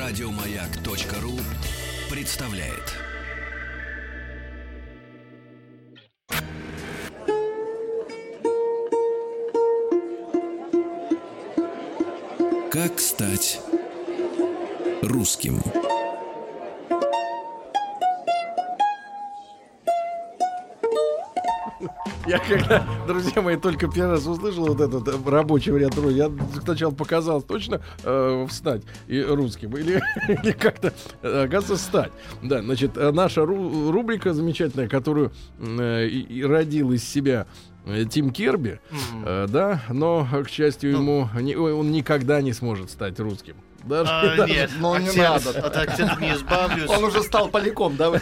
Радиомаяк.ру представляет. Как стать русским? Я когда, друзья мои, только первый раз услышал вот этот рабочий вариант, я сначала показалось точно встать и русским, или как-то, оказывается, стать. Да, значит, наша рубрика замечательная, которую и родил из себя Тим Керби, да, но, к счастью, он никогда не сможет стать русским. Нет, но не надо. От акцента не избавлюсь. Он уже стал поляком, да?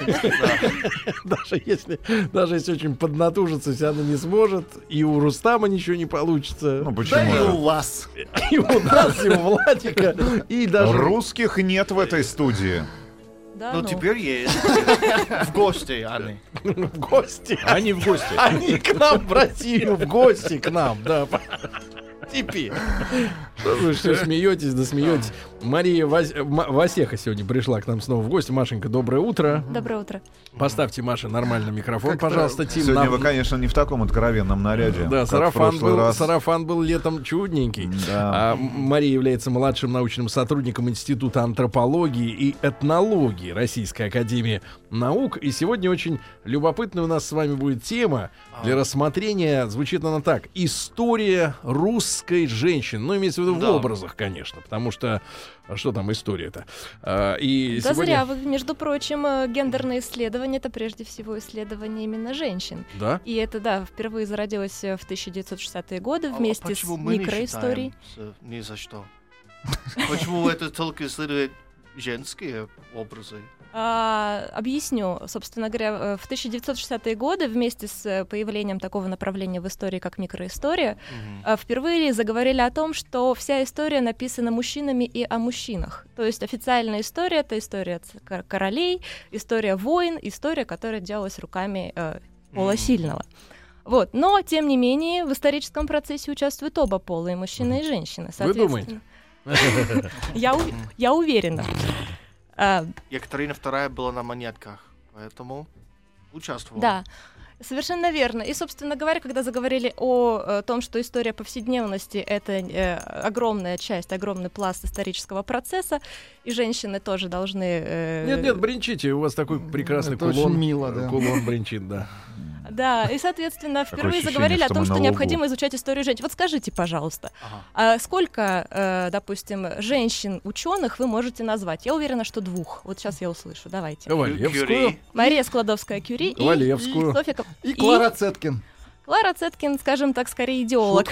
Даже если очень поднатужиться, все равно не сможет. И у Рустама ничего не получится. Ну почему? Да и у вас. И у нас, и у Владика. И даже... Русских нет в этой студии. Да, ну, теперь есть. В гости, они. В гости. Они в гости. Они к нам в Россию, в гости к нам, да. Теперь. Что вы все смеетесь, да смеетесь. Мария Васеха сегодня пришла к нам снова в гости. Машенька, доброе утро. Доброе утро. Поставьте, Маша, нормально микрофон, пожалуйста, Тим. Сегодня вы, конечно, не в таком откровенном наряде. Да, сарафан был летом чудненький. Да. Мария является младшим научным сотрудником Института антропологии и этнологии Российской академии наук. И сегодня очень любопытная у нас с вами будет тема для рассмотрения. Звучит она так: история русской женщины. Ну, имеется в виду в образах, конечно, потому что что там история-то? И да сегодня... зря. Между прочим, гендерные исследования — это прежде всего исследование именно женщин. Да? И это, да, впервые зародилось в 1960-е годы вместе с микроисторией. Ни за что. Почему это только исследует женские образы? Объясню. Собственно говоря, в 1960-е годы вместе с появлением такого направления в истории, как микроистория, впервые заговорили о том, что вся история написана мужчинами и о мужчинах. То есть официальная история — это история королей, история войн, история, которая делалась руками пола сильного. Вот. Но, тем не менее, в историческом процессе участвуют оба пола, и мужчина, и женщина. Вы думаете? Я уверена. Екатерина II была на монетках, поэтому участвовала. Да, совершенно верно. И, собственно говоря, когда заговорили о том, что история повседневности — это огромная часть, огромный пласт исторического процесса, и женщины тоже должны... Нет, бренчите, у вас такой прекрасный это кулон. Очень мило, да. Кулон бренчит, да. Да, и, соответственно, впервые заговорили о том, что необходимо изучать историю женщин. Вот скажите, пожалуйста, сколько, допустим, женщин-ученых вы можете назвать? Я уверена, что 2. Вот сейчас я услышу. Давайте. Валевскую. Мария Складовская-Кюри и Валевскую. Софья И Клара Цеткин. Клара Цеткин, скажем так, скорее идеолог.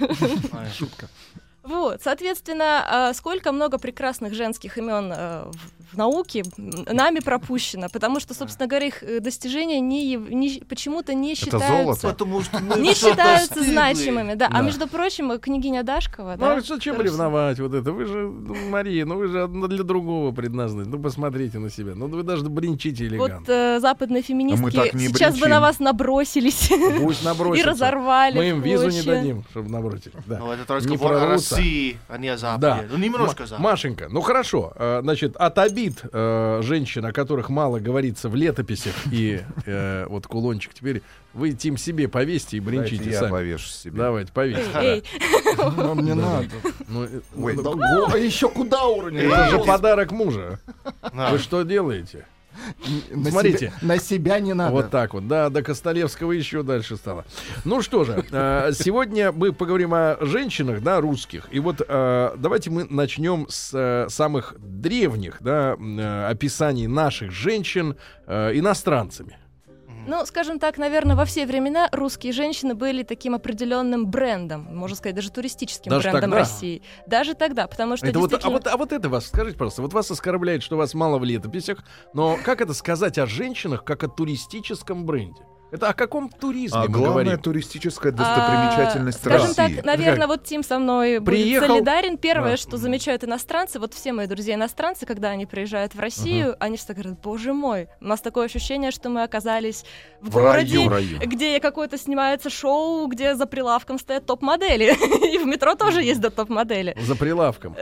Шутка. Вот, соответственно, сколько много прекрасных женских имен в науке нами пропущено, потому что, собственно говоря, их достижения почему-то не считаются, Потому что не считаются значимыми. Да. А между прочим, княгиня Дашкова... Ну, а зачем ревновать вот это? Вы же, Мария, вы же для другого предназначены. Ну, посмотрите на себя. Ну, вы даже бренчите элегантно. Вот западные феминистки сейчас бы бренчим. на вас набросились. Пусть набросятся. И разорвали. Мы им визу не в клочья. дадим, чтобы набросить. Да. Ну, это разговор о России, а не о Западе. Да. Ну, немножко Западе. Машенька, ну хорошо. Значит, от обид женщин, о которых мало говорится в летописях, и вот кулончик теперь вы, Тим, себе повесьте и бренчите Дайте сами. я повешу себе. Давайте, повесьте. Эй, Нам не надо. Ой, А еще куда уровень? Это же подарок мужа. Да. Вы что делаете? На Смотрите. себя- на себя не надо. Вот так вот. Да, до Костолевского еще дальше стало. Ну что же, сегодня мы поговорим о женщинах, да, русских. И вот давайте мы начнем с самых древних, да, описаний наших женщин иностранцами. Ну, скажем так, наверное, во все времена русские женщины были таким определенным брендом, можно сказать, даже туристическим Даже брендом тогда? России. Даже тогда, потому что Это вот, действительно... вот это вас, скажите, пожалуйста, вот вас оскорбляет, что вас мало в летописях, но как это сказать о женщинах, как о туристическом бренде? Это о каком туризме А мы главная говорим? туристическая достопримечательность Скажем России. так, наверное, Как? вот Тим со мной будет Приехал- солидарен. Первое, Да. что замечают иностранцы, вот все мои друзья иностранцы, когда они приезжают в Россию, они всегда говорят: боже мой, у нас такое ощущение, что мы оказались в городе, раю. где какое-то снимается шоу, где за прилавком стоят топ-модели. И в метро тоже есть топ-модели. За прилавком.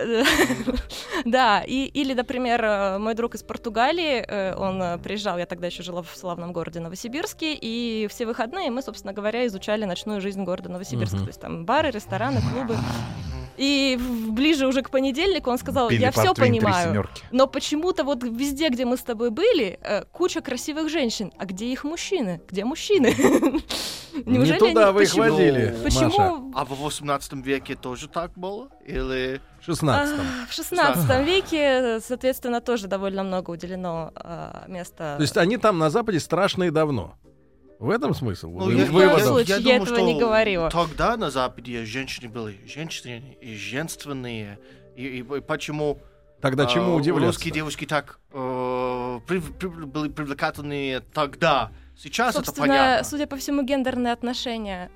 Да, или, например, мой друг из Португалии, он приезжал, я тогда еще жила в славном городе Новосибирске, и все выходные мы, собственно говоря, изучали ночную жизнь города Новосибирска. То есть там бары, рестораны, клубы. И ближе уже к понедельнику он сказал: Пили я все портвейн «Три понимаю, семерки». но почему-то вот везде, где мы с тобой были, куча красивых женщин. А где их мужчины? Где мужчины? Не туда вы их почему- водили, Маша. Почему А в 18 веке тоже так было? Или... В 16-м. в 16 веке, соответственно, тоже довольно много уделено места. То есть они там на Западе страшно и давно. В этом смысл? Ну, Ни в коем Выводов? случае. Я этого не говорила. Тогда на Западе женщины были женщины и женственные. И почему Тогда чему удивляться? русские девушки так были привлекательные тогда? Сейчас это Собственно, понятно. судя по всему, гендерные отношения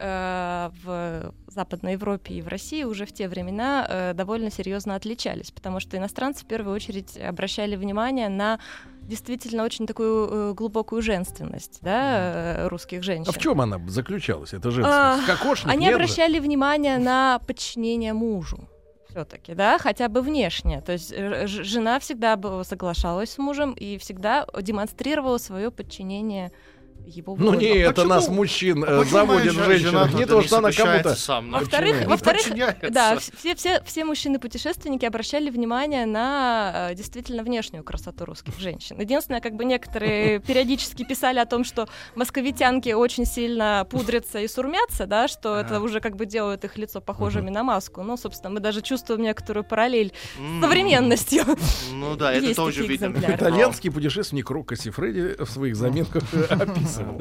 в Западной Европе и в России уже в те времена довольно серьезно отличались, потому что иностранцы в первую очередь обращали внимание на действительно очень такую глубокую женственность, да, русских женщин. А в чем она заключалась, эта женственность? Кокошник? Они Нет же? обращали внимание на подчинение мужу. Все-таки, да, хотя бы внешне. То есть жена всегда соглашалась с мужем и всегда демонстрировала свое подчинение его Ну воле. не, это почему- нас, мужчин, Почему заводит моя женщин. жена Не тогда то, что она соглашается кому-то... со мной? Во-вторых, Не во-вторых, подчиняется. да, все мужчины-путешественники обращали внимание на действительно внешнюю красоту русских женщин. Единственное, как бы некоторые периодически писали о том, что московитянки очень сильно пудрятся и сурмятся, да, что это уже как бы делает их лицо похожими на маску. Ну, собственно, мы даже чувствуем некоторую параллель с современностью. Ну да, это Есть тоже такие видно. экземпляры. Итальянский путешественник Рокко Сифреди в своих заметках описывал.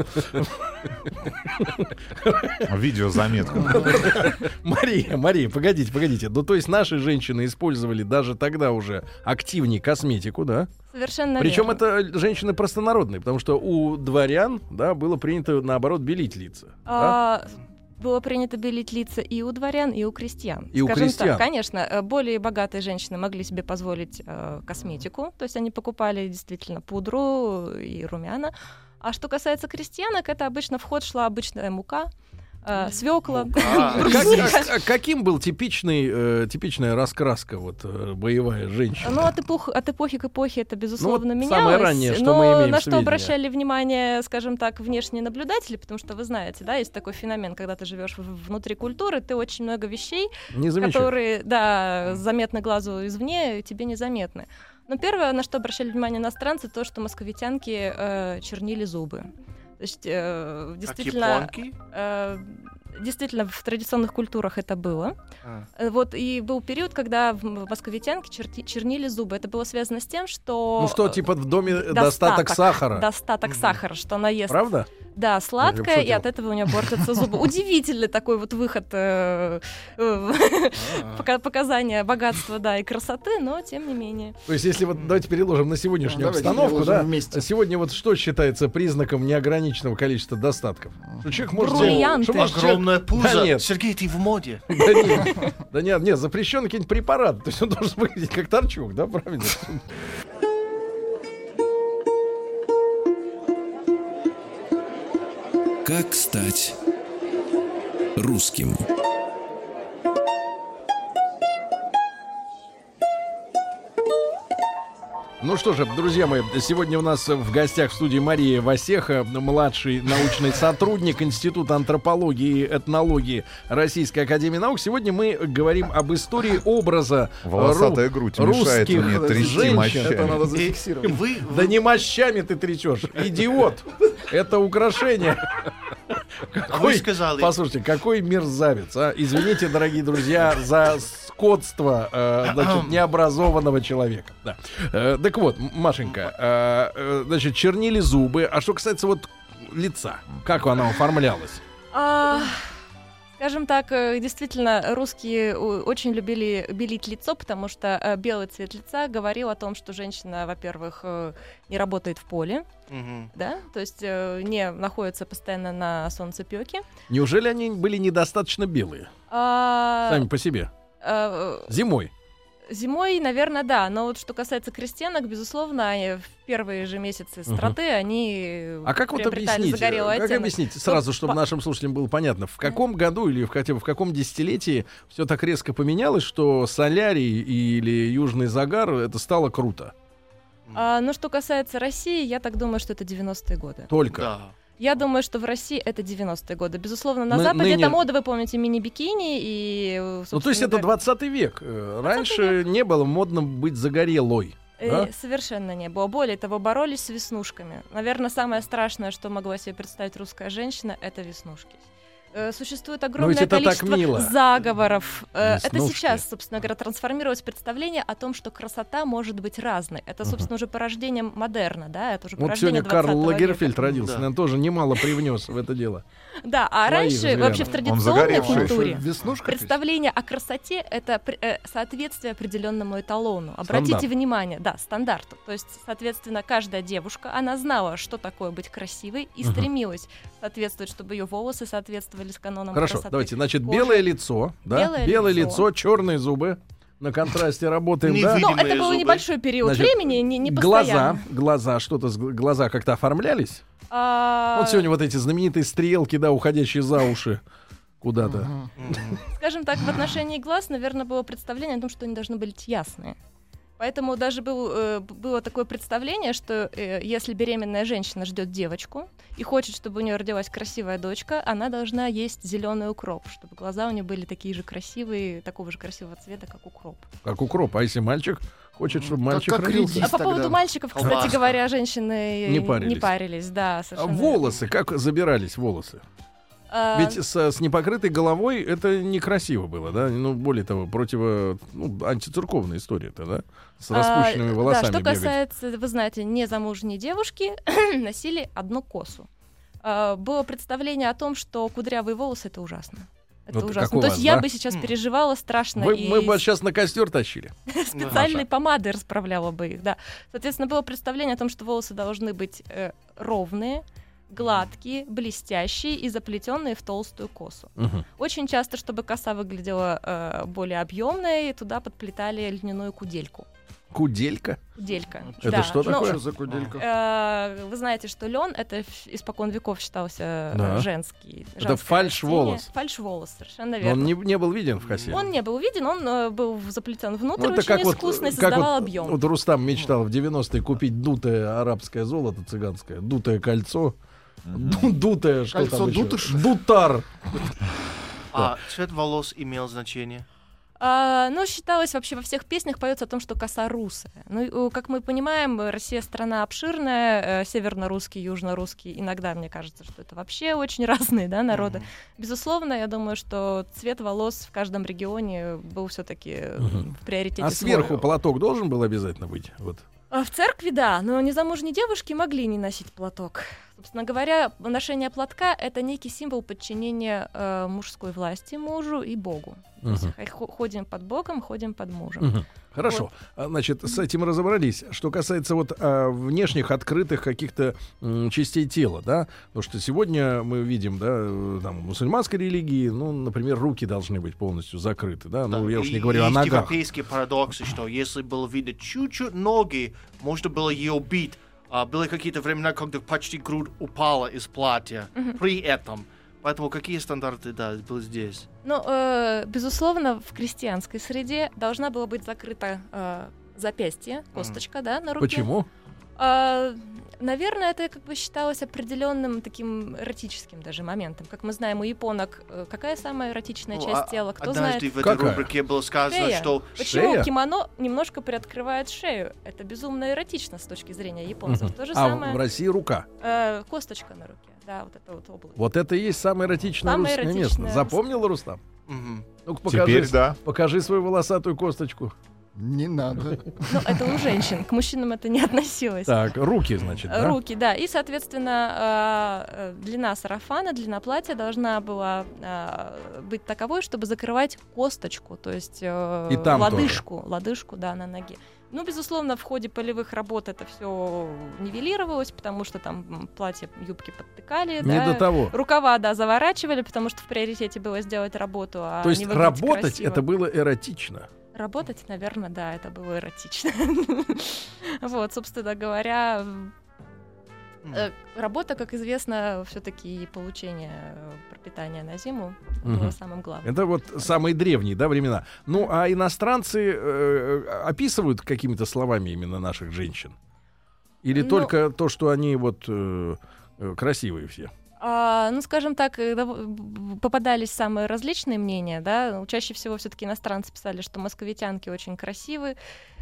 Видеозаметка. Мария, погодите. Ну, то есть наши женщины использовали даже тогда уже активнее косметику, да? Совершенно Причем верно. это женщины простонародные, потому что у дворян, да, было принято, наоборот, белить лица. Да? Было принято белить лица и у дворян, и у крестьян. И у Скажем крестьян. так, конечно, более богатые женщины могли себе позволить косметику, то есть они покупали действительно пудру и румяна. А что касается крестьянок, это обычно в ход шла обычная мука, свекла. Каким был типичная раскраска вот боевая женщина? Ну, от эпохи к эпохе это, безусловно, Ну, вот менялось. самое раннее, что но мы имеем на в что сведении. обращали внимание, скажем так, внешние наблюдатели, потому что вы знаете, да, есть такой феномен, когда ты живешь внутри культуры, ты очень много вещей, Не замечаю. которые, да, заметны глазу извне, тебе незаметны. Но первое, на что обращали внимание иностранцы, то, что московитянки чернили зубы. То есть, Как действительно, японки? действительно, в традиционных культурах это было. Вот, и был период, когда московитянки чернили зубы. Это было связано с тем, что... Ну что, типа в доме достаток сахара? Достаток сахара, что она ест. Правда? Да, сладкое, шутил. и от этого у нее портятся зубы. Удивительный такой вот выход показания богатства, да, и красоты, но тем не менее. То есть, если вот давайте переложим на сегодняшнюю Давайте обстановку, переложим да, вместе. сегодня вот что считается признаком неограниченного количества достатков? Что человек может... Бриллианты. что может человек- Огромное пузо. Да нет. Сергей, ты в моде. Да нет, запрещен какие-нибудь препараты. То есть он должен выглядеть как торчок, да, правильно? Как стать русским? Ну что же, друзья мои, сегодня у нас в гостях в студии Мария Васеха, младший научный сотрудник Института антропологии и этнологии Российской академии наук. Сегодня мы говорим об истории образа Волосатая грудь мешает русских мне трясти женщин. мощами. Это надо И зафиксировать. вы... Да не мощами ты трясешь, идиот! Это украшение. Вы сказали... Послушайте, какой мерзавец, а? Извините, дорогие друзья, за скотство, значит, необразованного человека. Да. Так вот, Машенька, значит, чернили зубы. А что касается вот лица, как оно оформлялось? Скажем так, действительно, русские очень любили белить лицо, потому что белый цвет лица говорил о том, что женщина, во-первых, не работает в поле, да, то есть не находится постоянно на солнцепёке. Неужели они были недостаточно белые? Сами по себе. Зимой. Зимой, наверное, да. Но вот что касается крестьянок, безусловно, в первые же месяцы страты они как вот приобретали объяснить, загорелый как оттенок. объяснить сразу, чтобы нашим слушателям было понятно, в каком году или хотя бы в каком десятилетии все так резко поменялось, что солярий или южный загар это стало круто? Но что касается России, я так думаю, что это 90-е годы. Только. Да. Я думаю, что в России это 90-е годы. Безусловно, на Западе это мода, вы помните, мини-бикини и... Ну, то есть это 20 век. Раньше не было модно быть загорелой. Да? Совершенно не было. Более того, боролись с веснушками. Наверное, самое страшное, что могла себе представить русская женщина, это веснушки. Существует огромное количество заговоров. Это сейчас, собственно говоря, трансформировалось представление о том, что красота может быть разной. Это, собственно, уже порождение модерна, да, это уже порождение 20 века. Вот сегодня Карл Лагерфельд родился, наверное, тоже немало привнес в это дело. Да, а раньше вообще в традиционной культуре представление о красоте — это соответствие определенному эталону. Обратите внимание, да, стандарту. То есть, соответственно, каждая девушка, она знала, что такое быть красивой, и стремилась соответствовать, чтобы ее волосы соответствовали с каноном красоты. Хорошо, давайте, значит, белое лицо, да? Белое лицо, черные зубы. На контрасте работаем, да? Но это был небольшой период времени, не постоянно. Глаза, глаза как-то оформлялись? Вот сегодня вот эти знаменитые стрелки, да, уходящие за уши куда-то. Скажем так, в отношении глаз, наверное, было представление о том, что они должны быть ясные. Поэтому даже было такое представление, что если беременная женщина ждет девочку и хочет, чтобы у нее родилась красивая дочка, она должна есть зеленый укроп, чтобы глаза у нее были такие же красивые, такого же красивого цвета, как укроп. Как укроп. А если мальчик хочет, чтобы мальчик родился? А по поводу мальчиков, кстати говоря, женщины не парились. Да, совершенно. Волосы, как забирались волосы? Ведь с непокрытой головой это некрасиво было, да? Ну, более того, антицерковная история-то, да? С распущенными волосами. Да, что касается, вы знаете, незамужней девушки, носили одну косу. Было представление о том, что кудрявые волосы — это ужасно. Это ужасно. То есть я бы сейчас переживала страшно. Мы бы сейчас на костер тащили. Специальной помадой расправляла бы их, да. Соответственно, было представление о том, что волосы должны быть ровные, гладкие, блестящие и заплетенные в толстую косу. Очень часто, чтобы коса выглядела более объемной, туда подплетали льняную кудельку. Куделька? Куделька. Это да. что такое? Что за куделька? Вы знаете, что лен — это испокон веков считался женский. Это фальш-волос. Фальш-волос, совершенно верно. Он не был виден в косе? Он не был виден, он был заплетен внутрь, очень искусно, и создавал объем. Вот Рустам мечтал в 90-е купить дутое арабское золото цыганское, дутое кольцо. Дутое, что там еще? Дутар. А цвет волос имел значение? Ну, считалось вообще во всех песнях поется о том, что коса русая. Ну, как мы понимаем, Россия страна обширная, северно-русский, южно-русский. Иногда мне кажется, что это вообще очень разные, да, народы. Безусловно, я думаю, что цвет волос в каждом регионе был все-таки в приоритете. А сверху платок должен был обязательно быть? Вот. В церкви, да, но незамужние девушки могли не носить платок. Собственно говоря, ношение платка — это некий символ подчинения мужской власти мужу и Богу. То есть ходим под Богом, ходим под мужем. Хорошо, значит, с этим разобрались. Что касается вот внешних открытых каких-то частей тела, да, потому что сегодня мы видим, да, там, в мусульманской религии, ну, например, руки должны быть полностью закрыты, да, ну, я уж не говорю о ногах. Есть европейские парадоксы, что если было видно чуть-чуть ноги, можно было ее убить. Были какие-то времена, когда почти грудь упала из платья при этом. Поэтому какие стандарты, да, были здесь? Ну, безусловно, в крестьянской среде должна была быть закрыта запястье, косточка, да, на руке. Почему? Наверное, это как бы считалось определенным таким эротическим даже моментом. Как мы знаем, у японок какая самая эротичная часть тела? Кто знает? Однажды в этой рубрике было сказано, шея. что... Почему кимоно немножко приоткрывает шею? Это безумно эротично с точки зрения японцев. То же самое... в России рука? Косточка на руке. Да, вот это вот область. Вот это и есть самое эротичное русское место. Запомнил, Рустам? Ну-ка, Теперь да. Покажи свою волосатую косточку. Не надо. Ну, это у женщин, к мужчинам это не относилось. Так, руки, значит, да? Руки, да. И, соответственно, длина сарафана, длина платья должна была быть таковой, чтобы закрывать косточку, то есть лодыжку, да, на ноге. Ну, безусловно, в ходе полевых работ это все нивелировалось, потому что там платья, юбки подтыкали. Не до того. Рукава, да, заворачивали, потому что в приоритете было сделать работу, а То есть не выглядеть работать красиво. это было эротично. Работать, наверное, да, это было эротично. Вот, собственно говоря, работа, как известно, все-таки получение пропитания на зиму было самым главным. Это вот самые древние, да, времена. Ну, а иностранцы описывают какими-то словами именно наших женщин? Или только то, что они вот красивые все? Ну, скажем так, попадались самые различные мнения, да. Чаще всего все-таки иностранцы писали, что московитянки очень красивы,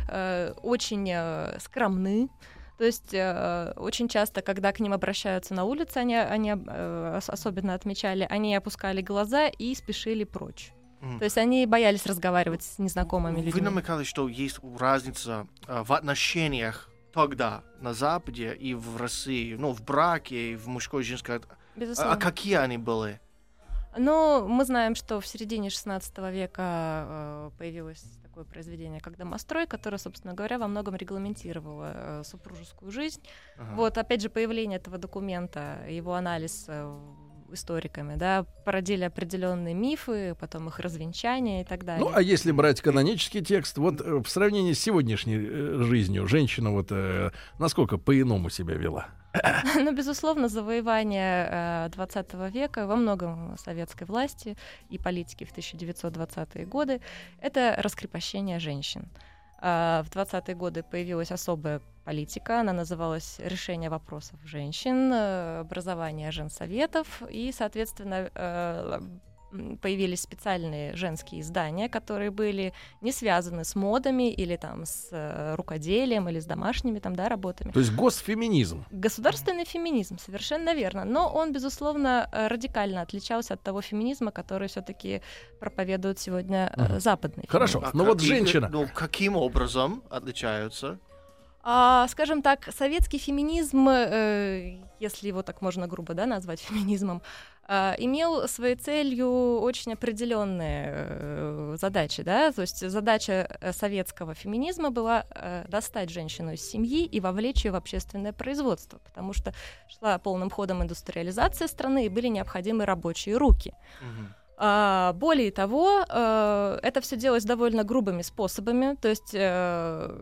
очень скромны. То есть очень часто, когда к ним обращаются на улице, они особенно отмечали, они опускали глаза и спешили прочь. То есть они боялись разговаривать с незнакомыми людьми. Вы намекали, что есть разница в отношениях тогда на Западе и в России, ну, в браке, и в мужской и женской. Безусловно. А какие они были? Ну, мы знаем, что в середине XVI века появилось такое произведение, как «Домострой», которое, собственно говоря, во многом регламентировало супружескую жизнь. Вот, опять же, появление этого документа, его анализ историками, да, породили определенные мифы, потом их развенчание и так далее. Ну, а если брать канонический текст, вот в сравнении с сегодняшней жизнью, женщина вот насколько по-иному себя вела? Ну, безусловно, завоевание XX века во многом советской власти и политики в 1920-е годы — это раскрепощение женщин. В 20-е годы появилась особая политика, она называлась «Решение вопросов женщин», образование женсоветов, и, соответственно, появились специальные женские издания, которые были не связаны с модами или там с рукоделием или с домашними там, да, работами. То есть госфеминизм. Государственный феминизм, совершенно верно. Но он, безусловно, радикально отличался от того феминизма, который все-таки проповедует сегодня западный феминизм. Хорошо, но вот женщина... Ну, каким образом отличаются? Скажем так, советский феминизм, если его так можно грубо, да, назвать феминизмом, имел своей целью очень определенные задачи, да, то есть задача советского феминизма была достать женщину из семьи и вовлечь ее в общественное производство, потому что шла полным ходом индустриализация страны и были необходимы рабочие руки. Более того, это все делалось довольно грубыми способами. То есть для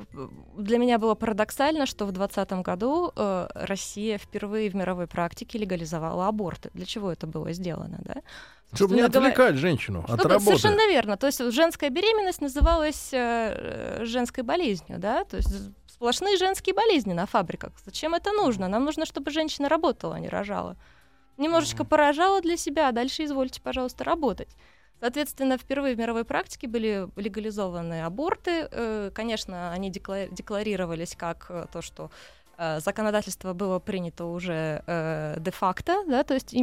меня было парадоксально, что в 2020 году Россия впервые в мировой практике легализовала аборты. Для чего это было сделано, да? Чтобы не отвлекать женщину от работы. Совершенно верно. То есть женская беременность называлась женской болезнью, да? То есть сплошные женские болезни на фабриках. Зачем это нужно? Нам нужно, чтобы женщина работала, а не рожала. Немножечко поражала для себя, а дальше извольте, пожалуйста, работать. Соответственно, впервые в мировой практике были легализованы аборты. Конечно, они декларировались как то, что законодательство было принято уже де-факто, да, то есть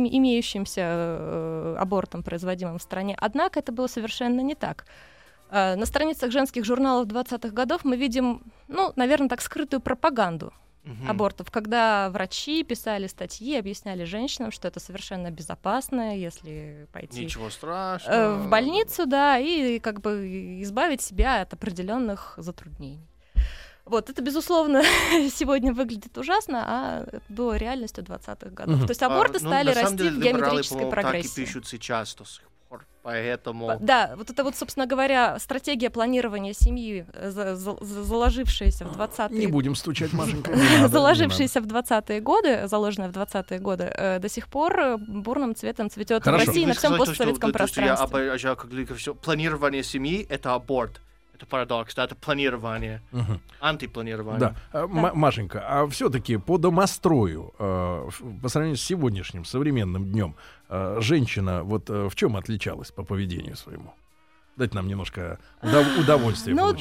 имеющимся абортом, производимым в стране. Однако это было совершенно не так. На страницах женских журналов 20-х годов мы видим, ну, наверное, так, скрытую пропаганду абортов, когда врачи писали статьи, объясняли женщинам, что это совершенно безопасно, если пойти Ничего страшного. В больницу, да, и как бы избавить себя от определенных затруднений. Вот, это, безусловно, сегодня выглядит ужасно, а это было реальностью 20-х годов. То есть аборты стали расти в геометрической прогрессии. Так и пишут сейчас до сих пор, поэтому... Да, вот это вот, собственно говоря, стратегия планирования семьи, заложившаяся в 20-е... Не будем стучать, Машенька. Заложившаяся в 20-е годы, заложенная в 20-е годы, до сих пор бурным цветом цветет в России на всем постсоветском пространстве. Планирование семьи — это аборт. Это парадокс, да, это планирование, антипланирование. Да. Машенька, а все-таки по домострою, по сравнению с сегодняшним современным днем, женщина вот в чем отличалась по поведению своему? Дайте нам немножко удовольствия. Ну,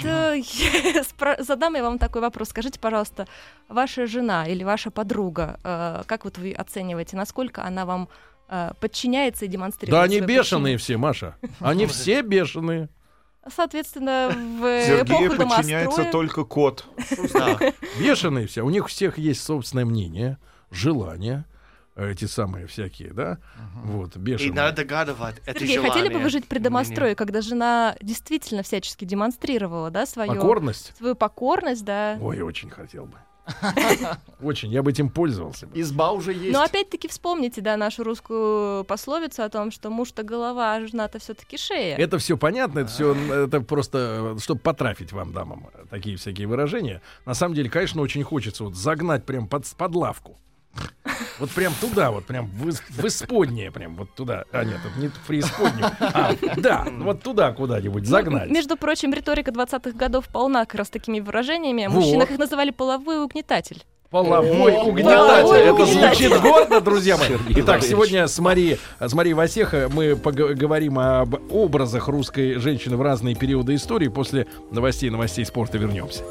задам я вам такой вопрос. Скажите, пожалуйста, ваша жена или ваша подруга, как вот вы оцениваете, насколько она вам подчиняется и демонстрирует? Да, они бешеные все, Маша. Они все бешеные. Соответственно, в Сергею эпоху подчиняется домостроя... только кот. Да. Бешеные все. У них у всех есть собственное мнение, желания, эти самые всякие, да? Вот, И бешеные. надо догадывать это Сергей, желание. хотели бы вы жить при домострое, когда жена действительно всячески демонстрировала, да, свою Покорность? покорность, да? Ой, очень хотел бы. Очень, я бы этим пользовался. Изба уже есть. Но опять-таки вспомните, да, нашу русскую пословицу о том, что муж-то голова, а жена-то все-таки шея. Это все понятно, это все это просто, чтобы потрафить вам, дамам, такие всякие выражения. На самом деле, конечно, очень хочется вот загнать прям под лавку. Вот прям туда, вот прям в исподнее, прям вот туда. А нет, это не в преисподнюю. Да, вот туда куда-нибудь загнать. Между прочим, риторика 20-х годов полна как раз такими выражениями. Вот. Мужчинах их называли половой угнетатель. Половой Половой угнетатель. Это угнетатель. звучит гордо, друзья мои. Сергей Итак, Валерьевич. сегодня с Марией Васехо мы поговорим об образах русской женщины в разные периоды истории. После новостей спорта вернемся.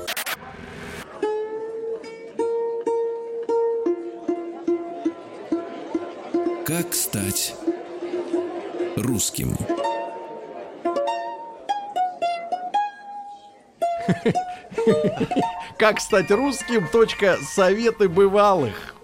Как стать русским? Как стать русским. Советы бывалых.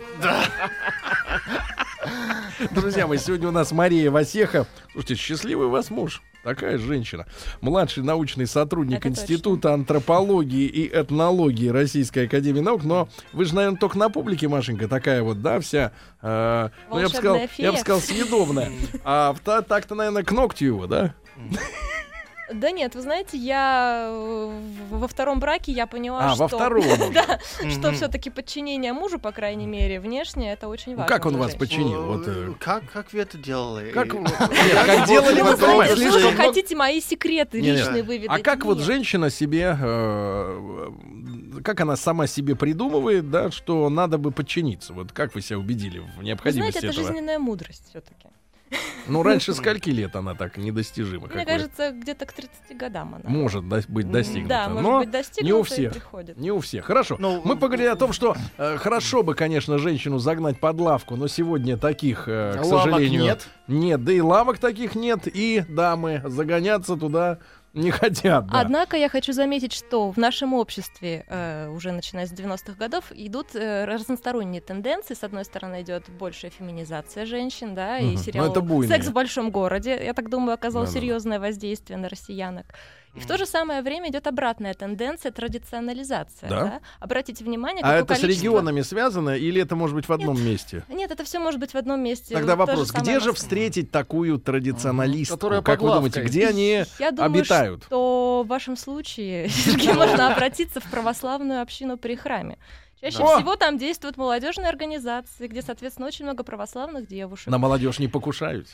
Друзья мои, сегодня у нас Мария Васехо. Слушайте, счастливый у вас муж. Такая женщина. Младший научный сотрудник Это Института антропологии и этнологии Российской академии наук. Но вы же, наверное, только на публике, Машенька, такая вот, да, вся, ну, я бы Волшебная фея. сказал, съедобная. А так-то, наверное, к ногтю его, да? Да нет, вы знаете, я во втором браке я поняла, что... во втором. Да, что все-таки подчинение мужу, по крайней мере, внешне, это очень важно. Как он для вас женщин. подчинил? Вот, Как вы это делали? как И- как делали, Ну, вы вы знаете, понимаете? вы Слишком же много- хотите мои секреты Не-не. личные выведать. А как вот Нет. женщина себе, как она сама себе придумывает, да, что надо бы подчиниться? Вот как вы себя убедили в Вы необходимости знаете, это этого? жизненная мудрость все-таки. Ну, раньше скольки лет она так недостижима? Мне как вы- кажется, где-то к 30 годам она. Может быть достигнута. Да, может но быть, достигнута не у и всех. приходит. Не у всех. Хорошо. Ну, Мы поговорили о том, что хорошо бы, конечно, женщину загнать под лавку, но сегодня таких, к Лавок сожалению, нет. нет. Да и лавок таких нет, и дамы загоняться туда не хотят. Да. Однако я хочу заметить, что в нашем обществе, уже начиная с 90-х годов, идут разносторонние тенденции. С одной стороны, идет большая феминизация женщин, да, и Мгм. сериал Ну, это буйные. «Секс в большом городе», я так думаю, оказал Да-да-да. серьезное воздействие на россиянок. И в то же самое время идет обратная тенденция — традиционализация. Да? Да? Обратите внимание, А какое это с количество... регионами связано или это может быть в одном месте? Нет, это все может быть в одном месте. Тогда Вот та вопрос, самая где же Москва. встретить такую традиционалистку? Которая Как под вы думаете, лавкой. где они Я думаю, обитают? что в вашем случае, Сергей, можно обратиться в православную общину при храме. Чаще О! всего там действуют молодежные организации, где, соответственно, очень много православных девушек. На молодежь не покушаются.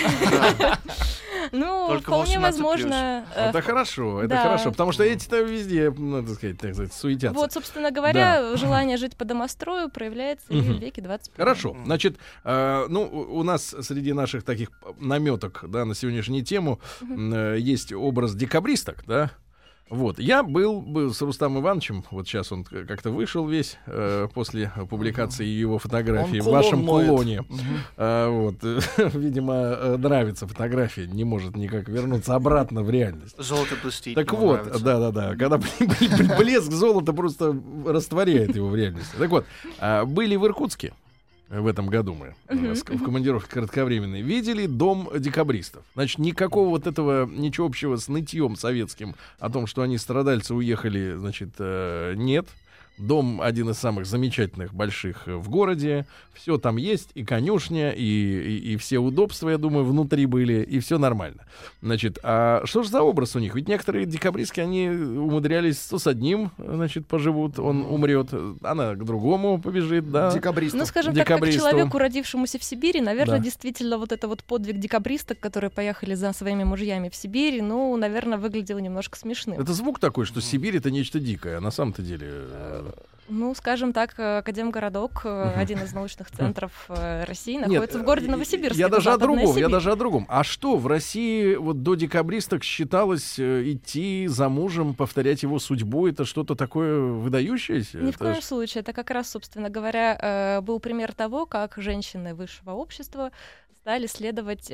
Ну, Только вполне 18+. возможно. Это хорошо, это да. хорошо, потому что эти-то везде, ну, так сказать, суетятся. Вот, собственно говоря, желание жить по домострою проявляется и в веке 21. Хорошо, значит, ну, у нас среди наших таких наметок, да, на сегодняшнюю тему есть образ декабристок, да. Вот, я был с Рустамом Ивановичем, вот сейчас он как-то вышел весь после публикации его фотографии Он в вашем кулон моет. кулоне. Вот, видимо, нравится фотография, не может никак вернуться обратно в реальность. Золото блестит. Так ему вот, нравится. да, когда блеск золота просто растворяет его в реальности. Так вот, были в Иркутске в этом году мы в командировке кратковременной, видели дом декабристов. Значит, никакого вот этого, ничего общего с нытьем советским о том, что они страдальцы уехали, значит, нет. Дом один из самых замечательных, больших в городе. Все там есть, и конюшня, и все удобства, я думаю, внутри были, и все нормально. Значит, а что же за образ у них? Ведь некоторые декабристки, они умудрялись, то с одним, значит, поживут, он умрет, она к другому побежит, да. Декабристов. Ну, скажем так, как Декабристу. человеку, родившемуся в Сибири, наверное, Да. действительно вот это вот подвиг декабристок, которые поехали за своими мужьями в Сибирь, ну, наверное, выглядел немножко смешным. Это звук такой, что Сибирь — это нечто дикое, а на самом-то деле... Ну, скажем так, Академгородок, один из научных центров России, находится в городе Новосибирске. Я это даже о Западная другом, я Сибирь. даже о другом. А что в России вот до декабристок считалось идти за мужем, повторять его судьбу? Это что-то такое выдающееся? Ни в Это коем ж- случае. Это как раз, собственно говоря, был пример того, как женщины высшего общества стали следовать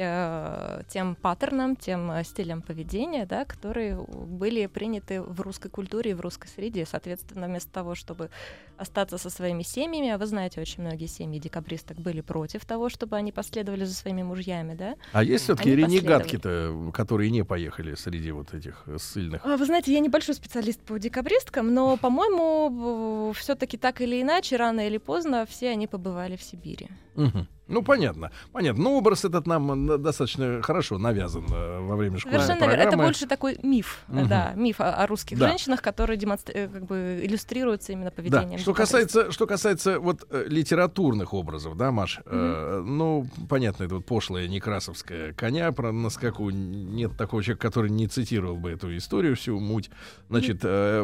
тем паттернам, тем стилям поведения, да, которые были приняты в русской культуре и в русской среде. Соответственно, вместо того, чтобы остаться со своими семьями, а вы знаете, очень многие семьи декабристок были против того, чтобы они последовали за своими мужьями, да? А есть все-таки ренегатки-то, которые не поехали среди вот этих ссыльных? Вы знаете, я небольшой специалист по декабристкам, но, по-моему, все-таки так или иначе, рано или поздно, все они побывали в Сибири. Угу. Ну, понятно. Но образ этот нам достаточно хорошо навязан во время школьной Совершенно программы. верно. Это больше такой миф, миф о русских женщинах, который как бы иллюстрируется именно поведением. Да. Что касается вот литературных образов, да, Маш, ну, понятно, это вот пошлая некрасовская коня, на скаку нет такого человека, который не цитировал бы эту историю, всю муть. Значит,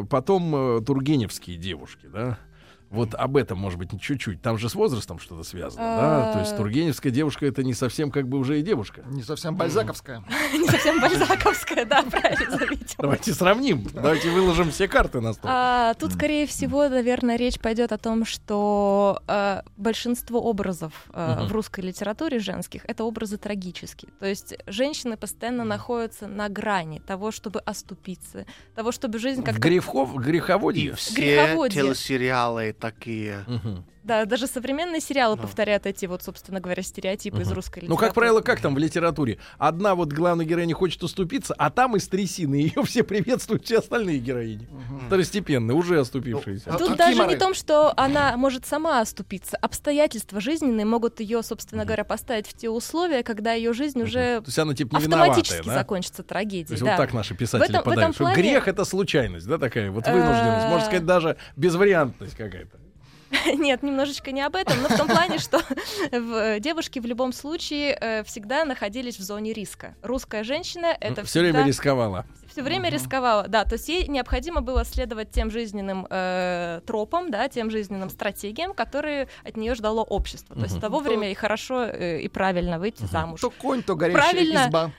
потом тургеневские девушки, да. Вот об этом, может быть, чуть-чуть. Там же с возрастом что-то связано, да? То есть тургеневская девушка — это не совсем как бы уже и девушка. Не совсем бальзаковская. Не совсем бальзаковская, да, правильно заметил. Давайте сравним, давайте выложим все карты на стол. Тут, скорее всего, наверное, речь пойдет о том, что большинство образов в русской литературе женских — это образы трагические. То есть женщины постоянно находятся на грани того, чтобы оступиться, того, чтобы жизнь как-то... В греховодье? И все телесериалы такие. Да, даже современные сериалы повторяют эти вот, собственно говоря, стереотипы из русской литературы. Ну, как правило, как там в литературе? Одна вот главная героиня хочет уступиться, а там из трясины ее все приветствуют, все остальные героини. Второстепенные, уже оступившиеся. Тут даже не в том, что она может сама оступиться. Обстоятельства жизненные могут ее, собственно говоря, поставить в те условия, когда ее жизнь уже То есть она типа не виноватая, автоматически да? закончится трагедией. То есть вот так наши писатели подают, этом что плане... грех — это случайность, да, такая вот вынужденность, можно сказать, даже безвариантность какая-то. Нет, немножечко не об этом, но в том плане, что девушки в любом случае всегда находились в зоне риска. Русская женщина — это все время рисковала. Все время рисковала, да, то есть ей необходимо было следовать тем жизненным тропам, да, тем жизненным стратегиям, которые от нее ждало общество. То есть в того время ей хорошо и правильно выйти замуж. То конь, то горящая изба.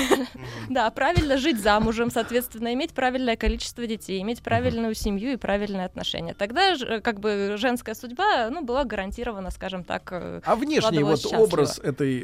Да, правильно жить замужем, соответственно, иметь правильное количество детей, иметь правильную семью и правильные отношения. Тогда как бы женская судьба, ну, была гарантирована, скажем так. А внешний вот образ этой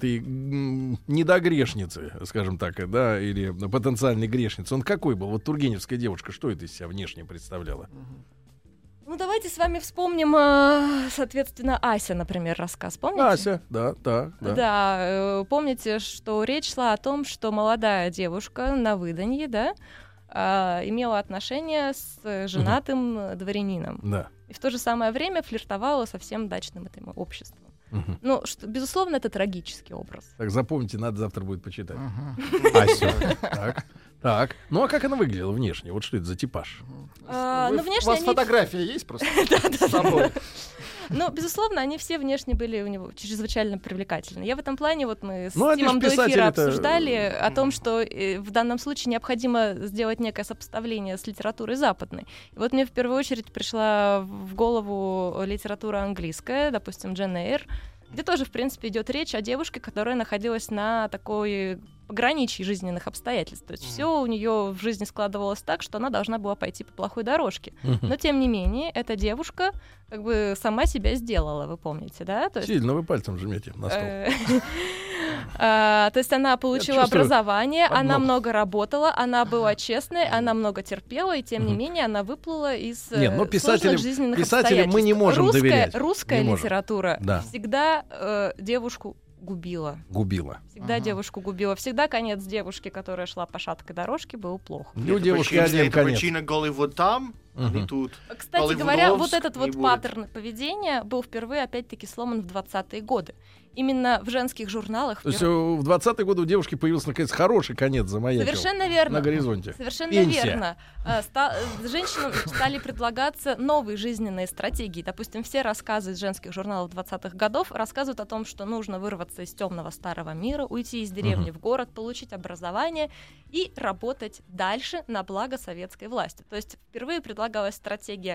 недогрешницы, скажем так, да, или потенциальной грешницы, он какой был? Вот тургеневская девушка, что это из себя внешне представляла? Ну, давайте с вами вспомним, соответственно, Ася, например, рассказ. Помните? Ася, да. Да, помните, что речь шла о том, что молодая девушка на выданье, да, имела отношения с женатым дворянином. Да. И в то же самое время флиртовала со всем дачным этим обществом. Ну, безусловно, это трагический образ. Так, запомните, надо завтра будет почитать. Асю. Так. Ну, а как она выглядела внешне? Вот что это за типаж? У вас фотография есть просто с собой? Ну, безусловно, они все внешне были у него чрезвычайно привлекательны. Я в этом плане, вот мы с Ну, они ж Тимом до эфира писатели-то- обсуждали о том, что в данном случае необходимо сделать некое сопоставление с литературой западной. И вот мне в первую очередь пришла в голову литература английская, допустим, Джейн Эйр, где тоже, в принципе, идет речь о девушке, которая находилась на такой пограничье жизненных обстоятельств. То есть все у нее в жизни складывалось так, что она должна была пойти по плохой дорожке. Но, тем не менее, эта девушка как бы сама себя сделала, вы помните, да? То есть, Сильно вы пальцем жмете на стол. то есть она получила чувствую образование, она подвох. много работала, она была честной, она много терпела, и тем не менее она выплыла из сложных жизненных писателям мы не можем доверять. Русская Не можем. литература Да. всегда девушку губила. Всегда девушку губила. Всегда конец девушки, которая шла по шаткой дорожке, был плох. У девушки один конец. Причина Голливуд там, не тут. Кстати Голливуд говоря, Ловск вот этот не вот будет. паттерн поведения был впервые, опять-таки, сломан в 20-е годы. Именно в женских журналах. То есть в 20-е годы у девушки появился, наконец, хороший конец замаячил. Совершенно верно. На горизонте. Совершенно Пенсия. верно. Женщинам стали предлагаться новые жизненные стратегии. Допустим, все рассказы из женских журналов 20-х годов рассказывают о том, что нужно вырваться из темного старого мира, уйти из деревни в город, получить образование и работать дальше на благо советской власти. То есть впервые предлагалась стратегия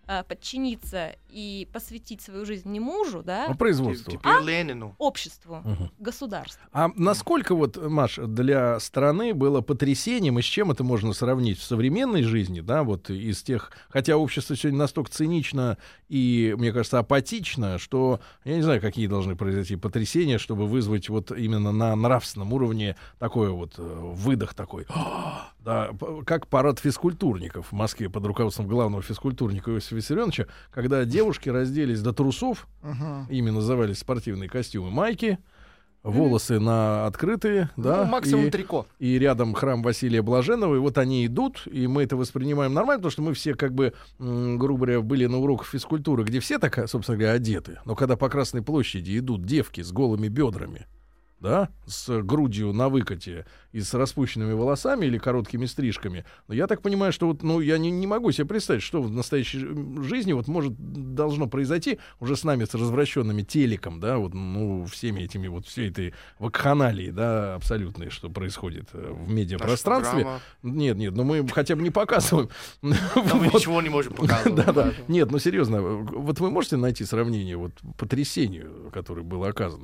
подчиниться и посвятить свою жизнь не мужу, да, Производству. Теперь Ленину. обществу, государству. А насколько вот, Маш, для страны было потрясением, и с чем это можно сравнить в современной жизни, да, вот из тех, хотя общество сегодня настолько цинично и, мне кажется, апатично, что я не знаю, какие должны произойти потрясения, чтобы вызвать вот именно на нравственном уровне такой вот выдох такой, да, как парад физкультурников в Москве под руководством главного физкультурника Иосифа Виссарионовича, когда девушки разделись до трусов, ими назывались спортивные костюмы, майки, волосы на открытые, да, максимум трико. И рядом храм Василия Блаженного, и вот они идут, и мы это воспринимаем нормально, потому что мы все, как бы, грубо говоря, были на уроках физкультуры, где все так, собственно говоря, одеты, но когда по Красной площади идут девки с голыми бедрами, да, с грудью на выкате и с распущенными волосами или короткими стрижками. Но я так понимаю, что вот, я не могу себе представить, что в настоящей жизни вот должно произойти уже с нами, с развращенными телеком, да, вот, всеми этими вот, всей этой вакханалии, да, абсолютной, что происходит в медиапространстве. Нет, но мы хотя бы не показываем. Но мы ничего не можем показывать. Да. Нет, серьезно, вот вы можете найти сравнение вот потрясению, которое было оказано?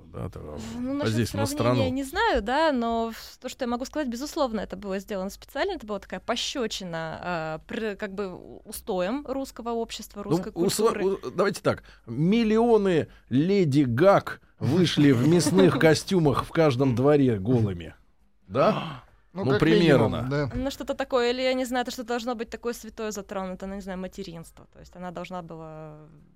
Насчет сравнения я не знаю, да, но то, что я могу сказать, безусловно, это было сделано специально, это была такая пощечина как бы устоям русского общества, русской культуры. Давайте так, миллионы леди Гаг вышли в мясных костюмах в каждом дворе голыми, да? Примерно. Минимум, да. Что-то такое, или я не знаю, это что должно быть такое святое затронуто, не знаю, материнство, то есть она должна была...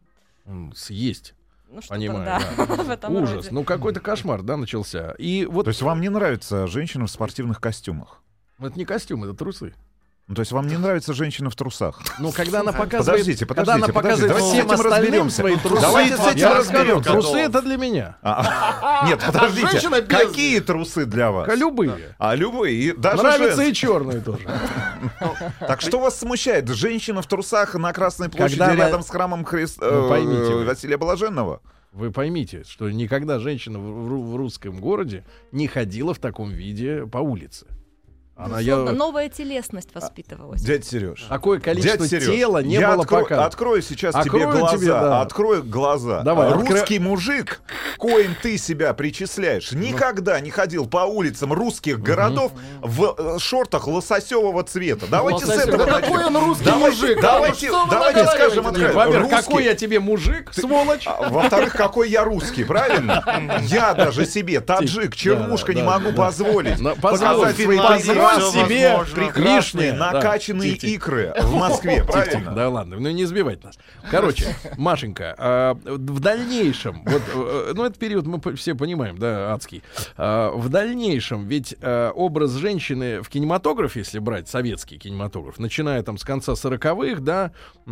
съесть. Понимаю, да. Ужас. Какой-то кошмар, да, начался. И вот... То есть вам не нравятся женщины в спортивных костюмах? Это не костюм, это трусы. То есть вам не нравится женщина в трусах? Когда она показывает... Когда она показывает всем остальным свои трусы... Давайте с этим разберемся. Трусы — это для меня. Нет, подождите. Какие трусы для вас? Любые. Любые. Нравятся и черные тоже. Так что вас смущает? Женщина в трусах на Красной площади рядом с храмом Василия Блаженного? Вы поймите, что никогда женщина в русском городе не ходила в таком виде по улице. Новая телесность воспитывалась. Дядя Сереж. Такое количество тела не было показано. Открою сейчас тебе глаза. Открою глаза. Давай, русский мужик, коим ты себя причисляешь, никогда не ходил по улицам русских городов в шортах лососевого цвета. Давайте с этого начнем. Какой он русский мужик? Давайте скажем во-первых, какой я тебе мужик, сволочь. Во-вторых, какой я русский, правильно? Я даже себе, таджик, чернушка, не могу позволить показать свои себе прекрасные накачанные икры в Москве, правильно? Да ладно, не сбивать нас. Короче, Машенька, в дальнейшем, этот период мы все понимаем, да, адский. В дальнейшем, ведь образ женщины в кинематографе, если брать советский кинематограф, начиная там с конца 40-х, да,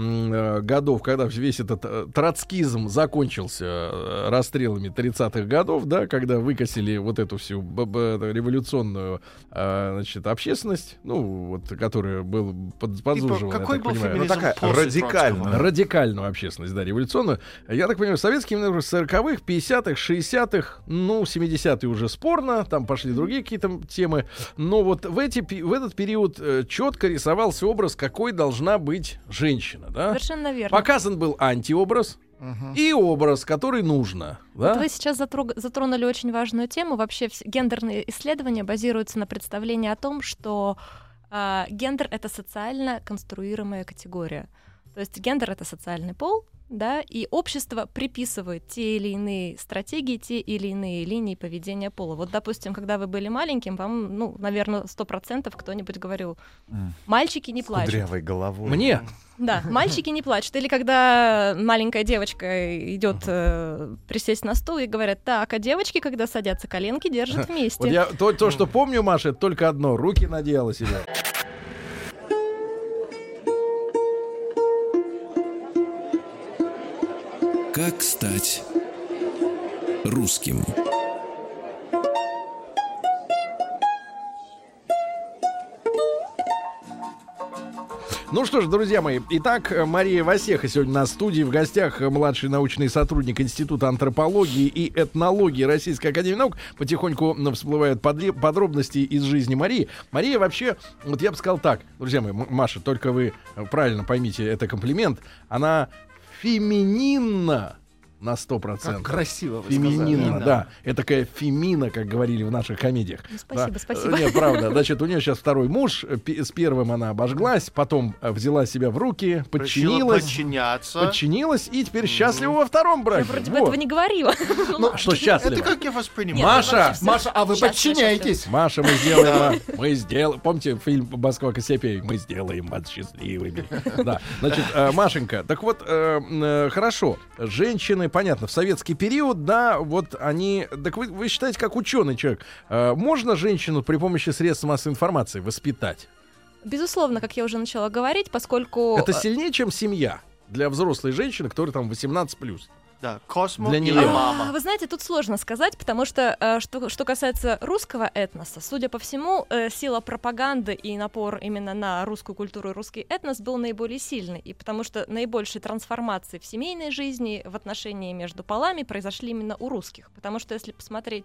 годов, когда весь этот троцкизм закончился расстрелами 30-х годов, да, когда выкосили вот эту всю революционную, общественность, которая была подзуживана, какой я так понимаю. феминизм такая после радикальную общественность, да, революционную. Я так понимаю, советский кинематограф 40-х, 50-х, 60-х, 70-е уже спорно, там пошли другие какие-то темы. Но вот в этот период четко рисовался образ, какой должна быть женщина, да? Совершенно верно. Показан был антиобраз, и образ, который нужно. Да? Вот вы сейчас затронули очень важную тему. Вообще гендерные исследования базируются на представлении о том, что гендер — это социально конструируемая категория. То есть гендер — это социальный пол, да, и общество приписывает те или иные стратегии, те или иные линии поведения пола. Вот, допустим, когда вы были маленьким, вам, наверное, 100% кто-нибудь говорил: мальчики не плачут. Кудрявой головой. Мне? Да, мальчики не плачут. Или когда маленькая девочка идет присесть на стул и говорят: так, а девочки, когда садятся, коленки держат вместе. Вот я то, что помню, Маша, это только одно: руки надела себе. Как стать русским? Ну что ж, друзья мои, итак, Мария Васеха сегодня на студии. В гостях младший научный сотрудник Института антропологии и этнологии Российской академии наук. Потихоньку всплывают подробности из жизни Марии. Мария вообще, вот я бы сказал так, друзья мои, Маша, только вы правильно поймите, это комплимент. Она фемининна на 100%. Как красиво вы фемининна, сказали. да. Это такая фемина, как говорили в наших комедиях. Спасибо, да. спасибо. Нет, правда. Значит, у нее сейчас второй муж. С первым она обожглась, потом взяла себя в руки, подчинилась и теперь счастлива во втором браке. Я вроде бы этого не говорила. Ну, что счастлива? Это как я воспринимаю. Маша! Маша, а вы подчиняетесь. Маша, мы сделаем. Помните фильм Баскова Кассиопея? Мы сделаем вас счастливыми. Да. Значит, Машенька, так вот, хорошо. Женщины, понятно, в советский период, да, вот они... Так вы считаете, как ученый человек, можно женщину при помощи средств массовой информации воспитать? Безусловно, как я уже начала говорить, поскольку... Это сильнее, чем семья для взрослой женщины, которая там 18+. Да, Космо Для или неё. мама. Вы знаете, тут сложно сказать, потому что, что касается русского этноса, судя по всему, сила пропаганды и напор именно на русскую культуру и русский этнос был наиболее сильный, и потому что наибольшие трансформации в семейной жизни, в отношении между полами произошли именно у русских, потому что если посмотреть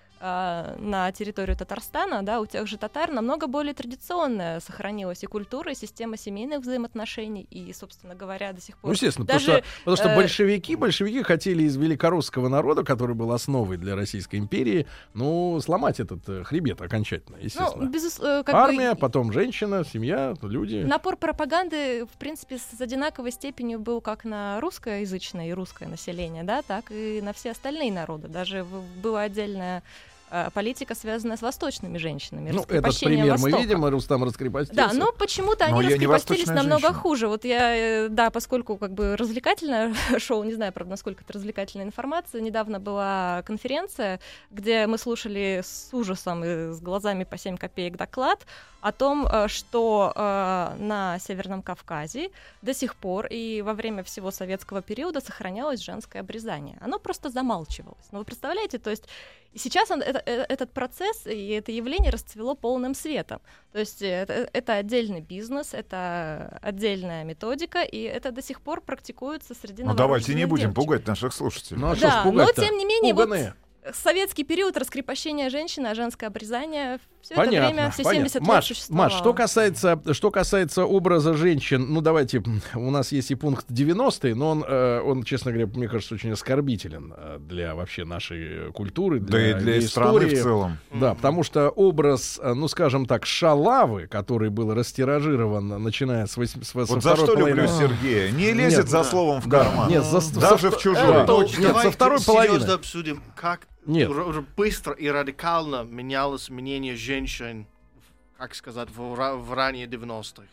на территорию Татарстана, да, у тех же татар намного более традиционная сохранилась и культура, и система семейных взаимоотношений, и, собственно говоря, до сих пор... Ну, естественно, даже, потому что большевики хотели из великорусского народа, который был основой для Российской империи, ну, сломать этот хребет окончательно, естественно. Армия, потом женщина, семья, люди. Напор пропаганды, в принципе, с одинаковой степенью был как на русскоязычное и русское население, да, так и на все остальные народы. Даже была отдельная политика, связанная с восточными женщинами. Ну, этот пример Востока. мы видим, Рустам раскрепостился. Да, но почему-то они раскрепостились намного хуже. Вот я, да, поскольку как бы развлекательное шоу, не знаю, правда, насколько это развлекательная информация, недавно была конференция, где мы слушали с ужасом и с глазами по 7 копеек доклад о том, что на Северном Кавказе до сих пор и во время всего советского периода сохранялось женское обрезание. Оно просто замалчивалось. Но вы представляете, то есть и сейчас этот процесс и это явление расцвело полным светом. То есть это отдельный бизнес, это отдельная методика, и это до сих пор практикуется среди новорожденных давайте не будем девочек. Пугать наших слушателей. Ну, а да, что ж пугать-то? но тем не менее, Пуганые. советский период раскрепощения женщины, а женское обрезание все Понятно, это время, все 70 лет Маш, существовало. Маш, что касается образа женщин, ну давайте, у нас есть и пункт 90-й, но он, честно говоря, мне кажется, очень оскорбителен для вообще нашей культуры, для истории. страны в целом. Да, потому что образ, ну скажем так, шалавы, который был растиражирован, начиная с Вот со за второй что половины... люблю Сергея. Не лезет за словом в карман. Нет, даже в чужой. Нет, со второй половины. Серьезно обсудим, как быстро и радикально менялось мнение женщин, как сказать, в ранние 90-х.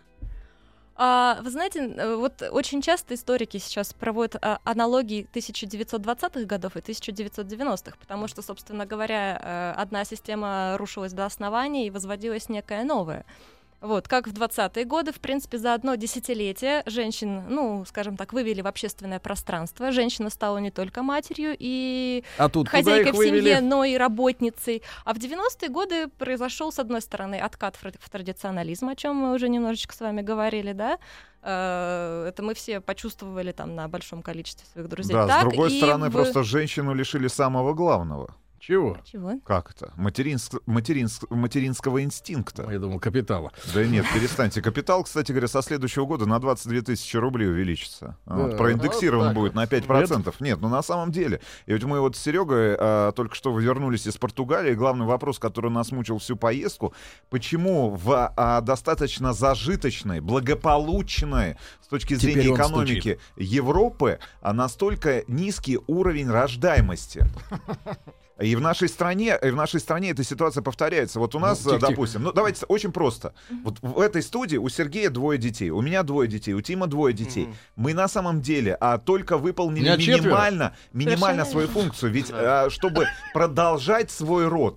Вы знаете, вот очень часто историки сейчас проводят аналогии 1920-х годов и 1990-х, потому что, собственно говоря, одна система рушилась до основания и возводилась некая новая. Вот, как в 20-е годы, в принципе, за одно десятилетие женщин, ну, скажем так, вывели в общественное пространство. Женщина стала не только матерью и хозяйкой в семье, но и работницей. А в 90-е годы произошел, с одной стороны, откат в традиционализм, о чем мы уже немножечко с вами говорили, да? Это мы все почувствовали там на большом количестве своих друзей. Да, так, с другой стороны, просто женщину лишили самого главного. Чего? Как это? Материнского инстинкта. Я думал, капитала. Да нет, перестаньте. Капитал, кстати говоря, со следующего года на 22 тысячи рублей увеличится. Вот, проиндексирован будет на 5%. Нет, ну на самом деле. И ведь мы вот с Серегой только что вернулись из Португалии. Главный вопрос, который нас мучил всю поездку, почему в достаточно зажиточной, благополучной с точки зрения экономики Европы настолько низкий уровень рождаемости. И в нашей стране эта ситуация повторяется. Вот у нас, допустим, ну давайте очень просто. Вот в этой студии у Сергея 2 детей, у меня 2 детей, у Тима 2 детей. Мы на самом деле только выполнили минимально свою функцию. Ведь чтобы продолжать свой род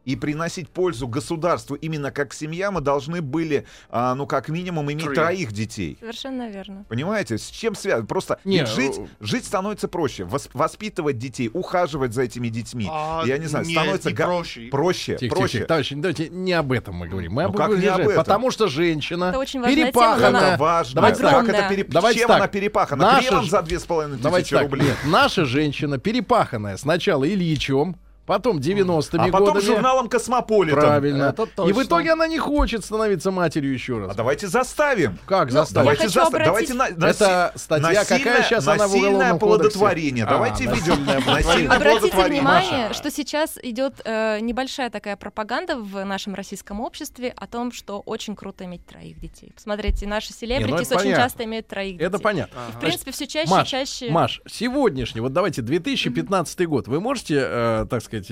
и приносить пользу государству именно как семья, мы должны были, как минимум, иметь 3 детей. Совершенно верно. Понимаете, с чем связано? Просто жить становится проще. Воспитывать детей, ухаживать за этими детьми. Я не знаю, становится проще. Тихо, товарищи, давайте не об этом мы говорим. Мы как не об этом? Потому что женщина перепахана. Это важно. Чем она перепахана? Кремом за 2500 рублей. Нет, наша женщина перепаханная сначала Ильичом, потом 90-ми годами. А потом журналом «Космополитен». Правильно. И в итоге она не хочет становиться матерью еще раз. А давайте заставим. Как заставим? Давайте это статья какая сейчас она в Уголовном кодексе? Оплодотворение. Давайте введем насильное Обратите оплодотворение. внимание, что сейчас идет небольшая такая пропаганда в нашем российском обществе о том, что очень круто иметь 3 детей. Посмотрите, наши селебритис очень часто имеют 3 детей. Это понятно. В принципе, все чаще и чаще... Маш, сегодняшний, вот давайте 2015 год, вы можете, так сказать,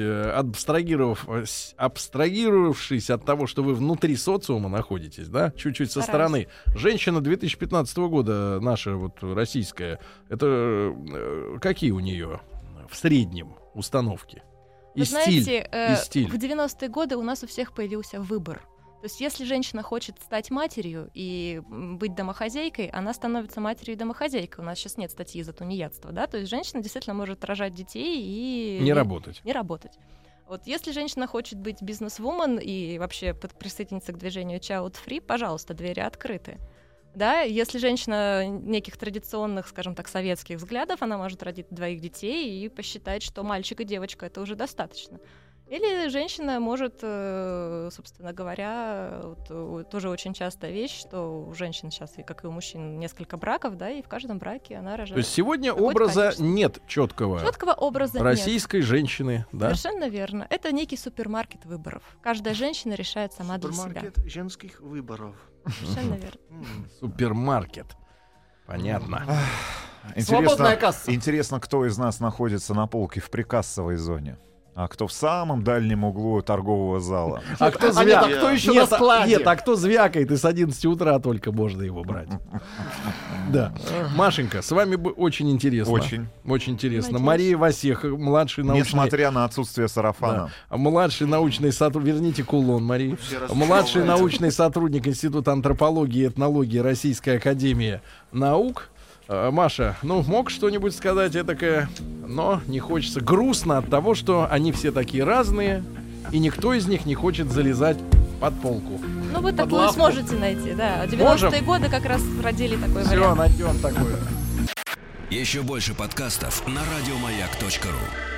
абстрагировавшись от того, что вы внутри социума находитесь, да, чуть-чуть со стороны. Женщина 2015 года, наша вот российская, это какие у нее в среднем установки? Вы знаете, в 90-е годы у нас у всех появился выбор. То есть если женщина хочет стать матерью и быть домохозяйкой, она становится матерью и домохозяйкой. У нас сейчас нет статьи за тунеядство, да? То есть женщина действительно может рожать детей и... Не работать. Вот если женщина хочет быть бизнес-вумен и вообще присоединиться к движению Child Free, пожалуйста, двери открыты. Да, если женщина неких традиционных, скажем так, советских взглядов, она может родить 2 детей и посчитать, что мальчик и девочка — это уже достаточно. Или женщина может, собственно говоря, тоже очень частая вещь, что у женщин сейчас, как и у мужчин, несколько браков, да, и в каждом браке она рожает. То есть сегодня образа нет четкого образа российской женщины, да? Совершенно верно. Это некий супермаркет выборов. Каждая женщина решает сама для себя. Супермаркет женских выборов. Совершенно верно. Супермаркет. Понятно. Интересно, кто из нас находится на полке в прикассовой зоне. А кто в самом дальнем углу торгового зала? А кто звякает? Кто еще на складе? Нет, а кто звякает, и с 11 утра только можно его брать. Да. Машенька, с вами очень интересно. Очень интересно. Надеюсь. Мария Васеха, младший научный... Несмотря на отсутствие сарафана. Да. Младший научный сотрудник... Верните кулон, Мария. Младший научный сотрудник Института антропологии и этнологии Российской академии наук. Маша, мог что-нибудь сказать этакое, но не хочется. Грустно от того, что они все такие разные, и никто из них не хочет залезать под полку. Вы такую сможете найти, да. 90-е годы как раз родили такой вариант. Все, найдем такое. Еще больше подкастов на радиомаяк.ру.